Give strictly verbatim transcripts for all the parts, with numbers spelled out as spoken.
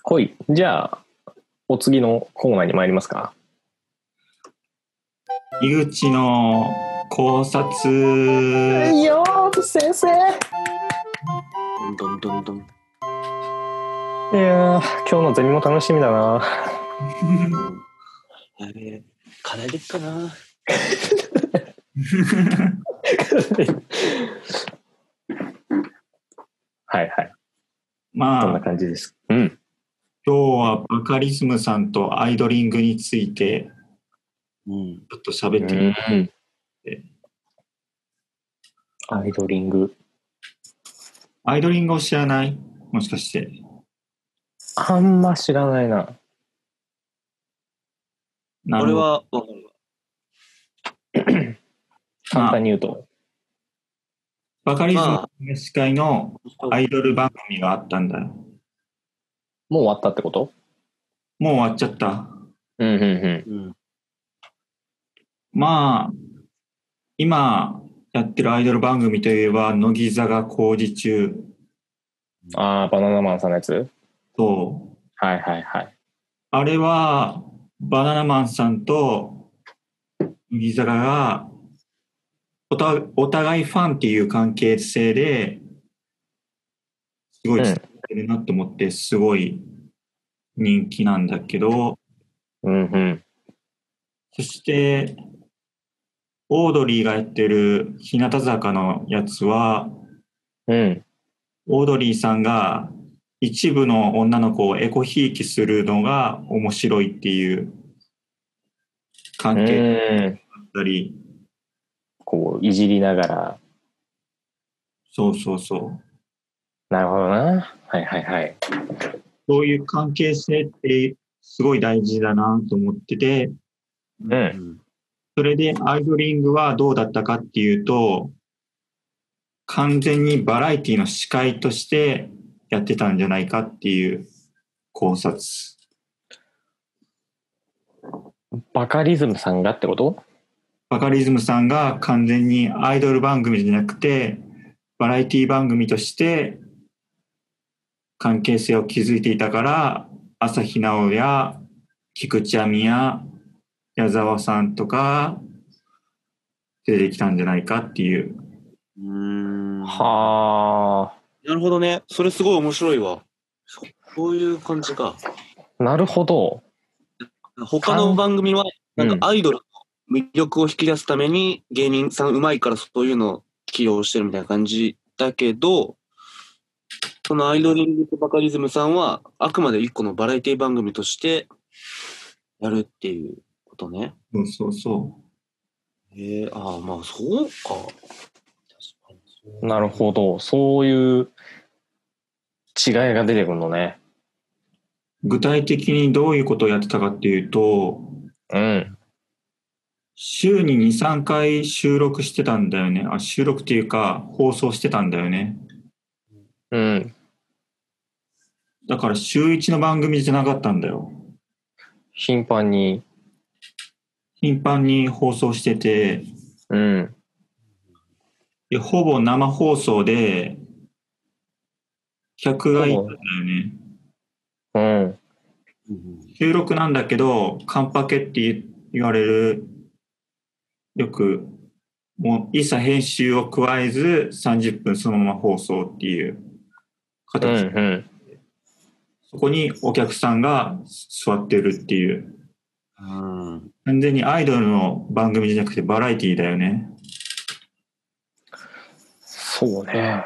ほい。じゃあ、お次のコーナーに参りますか。 井口の考察。 よー先生。 どんどんどんどん。 いやー、今日のゼミも楽しみだな。 やべえ、課題でっかな。 はいはい。 まあ、 こんな感じです。うん。 今日はバカリズムさんとアイドリングについてうん。 ちょっと喋ってみて、 うんアイドリング。 アイドリングを知らない？もしかして。 あんま知らないな。 なるほど。 俺はわかるわ。 簡単に言うと。 バカリズムまが司会のアイドル番組があったんだよ。 もう終わったってこと？ もう終わっちゃった。 うんうんうん。 うん。 まあ、今やってるアイドル番組といえば、乃木坂工事中あー、バナナマンさんのやつ？ と、 はいはいはい。 あれはバナナマンさんと乃木坂がおたお互いファンっていう関係性ですごい伝わってるなと思って、すごい人気なんだけど、 うんうん。 そしてオードリーがやってる日向坂のやつは、 うん。 オードリーさんが一部の女の子をエコひいきするのが面白いっていう関係だうん。 ったり、 こう、いじりながら。 そうそうそう。 なるほどな。はいはいはい。 そういう関係性ってすごい大事だなと思ってて、 うんうん。 それでアイドリングはどうだったかっていうと、完全にバラエティの司会としてやってたんじゃないかっていう考察。 バカリズムさんがってこと？ バカリズムさんが完全にアイドル番組じゃなくて、バラエティ番組として関係性を築いていたから、朝日奈央や菊地亜美や矢沢さんとか出てきたんじゃないかっていう。 うーん。 はなるほどね。それすごい面白いわ。そそういう感じか。 あ。なるほど。 他の番組は、なんかうんアイドルの魅力を引き出すために芸人さんうまいからそういうのを起用してるみたいな感じだけど、そのアイドリングとバカリズムさんはあくまで一個のバラエティ番組としてやるっていうことね。 そうそうそへえ、ああ、まあそうか。確かにそうなるほど。そういう違いが出てくるのね。 う。具体的にどういうことをやってたかっていうと、 うん。 週にに、さんかい収録してたんだよね。あ、収録っていうか放送してたんだよね。 うん。 だから週いちの番組じゃなかったんだよ。 頻繁に。 頻繁に放送してて、 うん。 でほぼ生放送で客がいたんだよね。 うん。 うん収録なんだけど、カンパケって言われる、よく、もう一切編集を加えずさんじゅっぷんそのまま放送っていううん。 形。 うん。 そこにお客さんが座ってるっていう。 うん完全にアイドルの番組じゃなくてバラエティだよね。 そうね。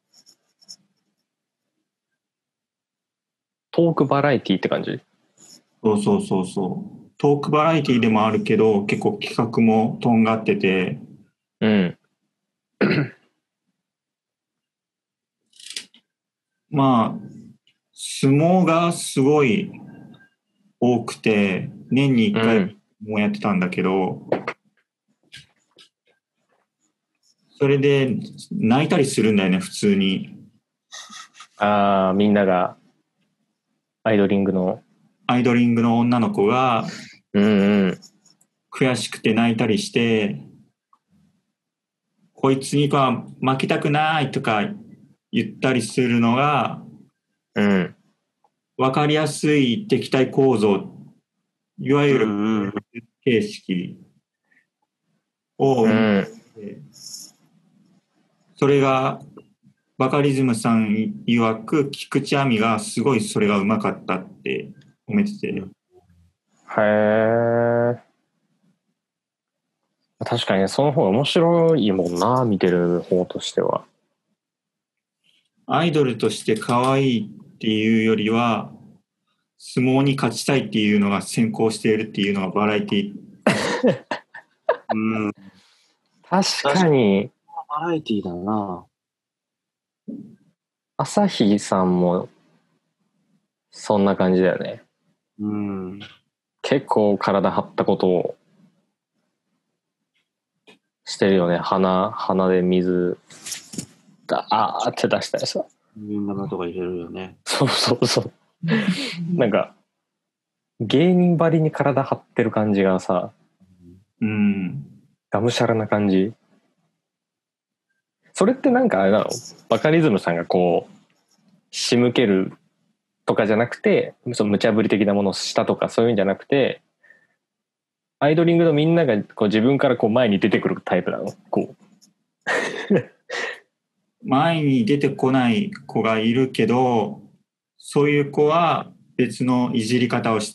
トークバラエティって感じ？ そうそうそうそう。トークバラエティでもあるけど、結構企画もとんがってて、 うん。 まあ、相撲がすごい多くて、年に1回うん。 もやってたんだけど、それで泣いたりするんだよね、普通に。 ああ、みんながアイドリングの。 アイドリングの女の子がうんうん。 悔しくて泣いたりして、こいつには負けたくないとか言ったりするのが、 うん。 わかりやすい敵対構造、いわゆうるんうん。 形式をう生んん。 で、それがバカリズムさん曰く菊池亜美がすごいそれがうまかったって褒めてて、 うんへえ。確かにね、その方が面白いもんな、見てる方としては。 アイドルとして可愛いっていうよりは、相撲に勝ちたいっていうのが先行しているっていうのがバラエティ。 うん。 確かに、 バラエティーだな。 朝日さんもそんな感じだよね。 うん。 結構体張ったことをしてるよね。鼻、鼻で水、ダーって出したりさ。 みんなとか入れるよね。 そうそうそう。なんか、芸人ばりに体張ってる感じがさ、 うん。 がむしゃらな感じ。それってなんかあれなの？バカリズムさんがこう、仕向けるとかじゃなくて、その無茶ぶり的なものをしたとかそういうんじゃなくて、アイドリングのみんながこう自分からこう前に出てくるタイプなの？こう。 前に出てこない子がいるけど、そういう子は別のいじり方をして、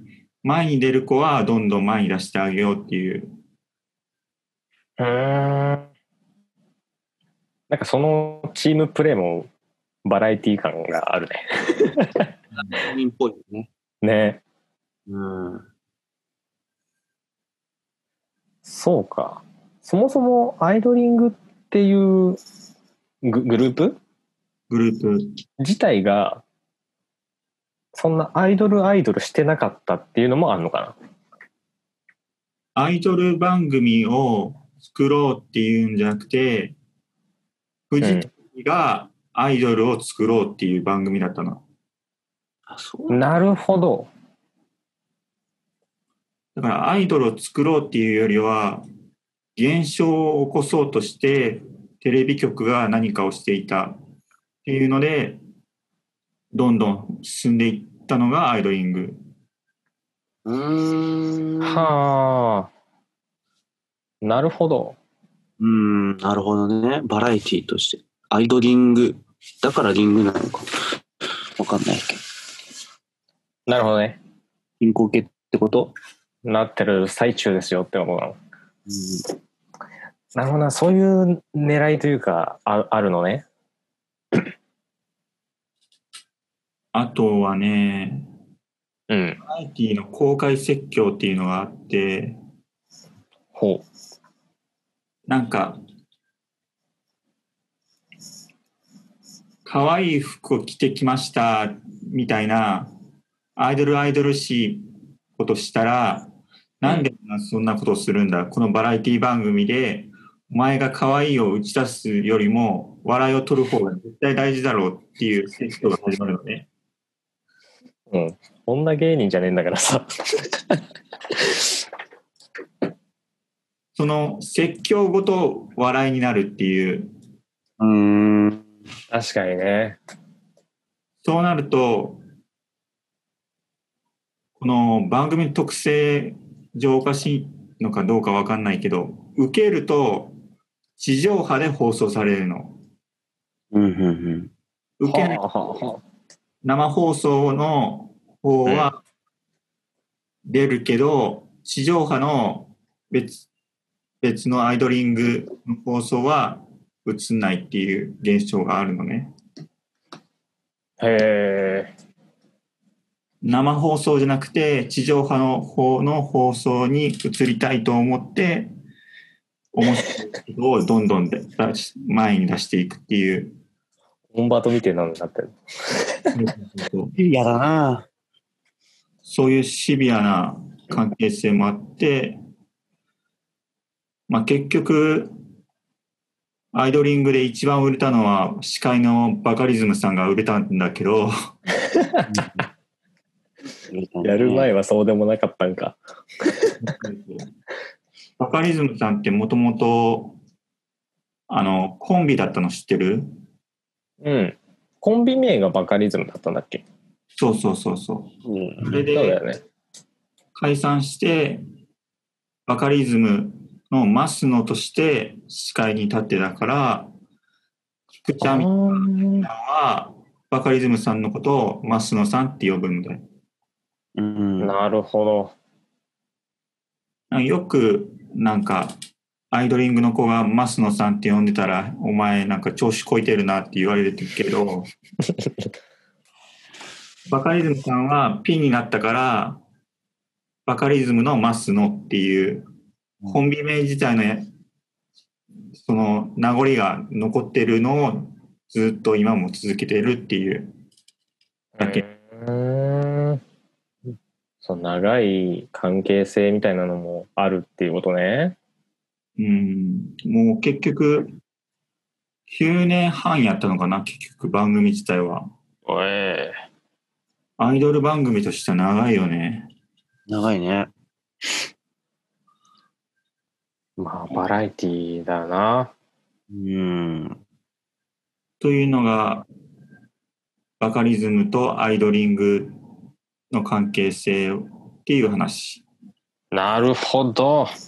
前に出る子はどんどん前に出してあげようっていう。 うーん。なんかそのチームプレーもバラエティ感があるね。 芸人っぽいよね。 ね。 うん。 そうか。そもそもアイドリングっていうググループグループ。 自体がそんなアイドルアイドルしてなかったっていうのもあるのかアイドル番組を作ろうっていうんじゃなくて、フジテレビがアイドルを作ろうっていう番組だったの。 あ、そうな。なるほど。 だからアイドルを作ろうっていうよりは、現象を起こそうとしてテレビ局が何かをしていたっていうので、どんどん進んでいったのがアイドリング。 うーん。 はあ。なるほど。 うーん、なるほどね。バラエティとして。アイドリング。だからリングなのか。わかんないけど。 なるほどね。 進行形ってこと？ なってる最中ですよってことなの。 うん。 なるほどな。そういう狙いというか、あ、あるのね。 あとはね、 うん。 バラエティの公開説教っていうのがあって、 ほなんか、可愛い服を着てきましたみたいな、アイドルアイドルしいことしたら、なんでそんなことをするんだ、このバラエティ番組で、お前が可愛いを打ち出すよりも、笑いを取る方が絶対大事だろうっていう説教が始まるのね。 う。うん。女芸人じゃねえんだからさ。 その説教ごと笑いになるっていう、 うーん。 確かにね。 そうなると、この番組の特性上おかしいのかどうかわかんないけど、受けると地上波で放送されるの。 うん、うん、うん。 受けないはあはあはあ。 生放送の方は出るけど、地上波の別、別のアイドリングの放送は映んないっていう現象があるのね。 へえ。 生放送じゃなくて地上波の方の放送に移りたいと思って面白いことをどんどん出し前に出していくっていう。 オンバートみたいなのになってる。 嫌だな。 そういうシビアな関係性もあって、まあ、結局アイドリングで一番売れたのは司会のバカリズムさんが売れたんだけどやる前はそうでもなかったんか。 バカリズムさんってもともとあのコンビだったの知ってる？ うん。コンビ名がバカリズムだったんだっけ？ そうそうそうそう。 うんそれでそうだよね。 解散して、バカリズムの増野として司会に立ってたから、菊池あ亜美さんーはバカリズムさんのことを増野さんって呼ぶんだよ。 うん。 なるほど。 よくなんかアイドリングの子が増野さんって呼んでたら、お前なんか調子こいてるなって言われるけど、バカリズムさんはピンになったから、バカリズムの増野っていうコンビ名自体のやその名残が残ってるのをずっと今も続けてるっていうだけ。 うーん。そう、長い関係性みたいなのもあるっていうことね。 うん、もう結局きゅうねんはんやったのかな、結局番組自体は。 おえアイドル番組としては長いよね。 長いね。 まあ、バラエティーだな。 うん。 というのが、バカリズムとアイドリングの関係性っていう話。 なるほど。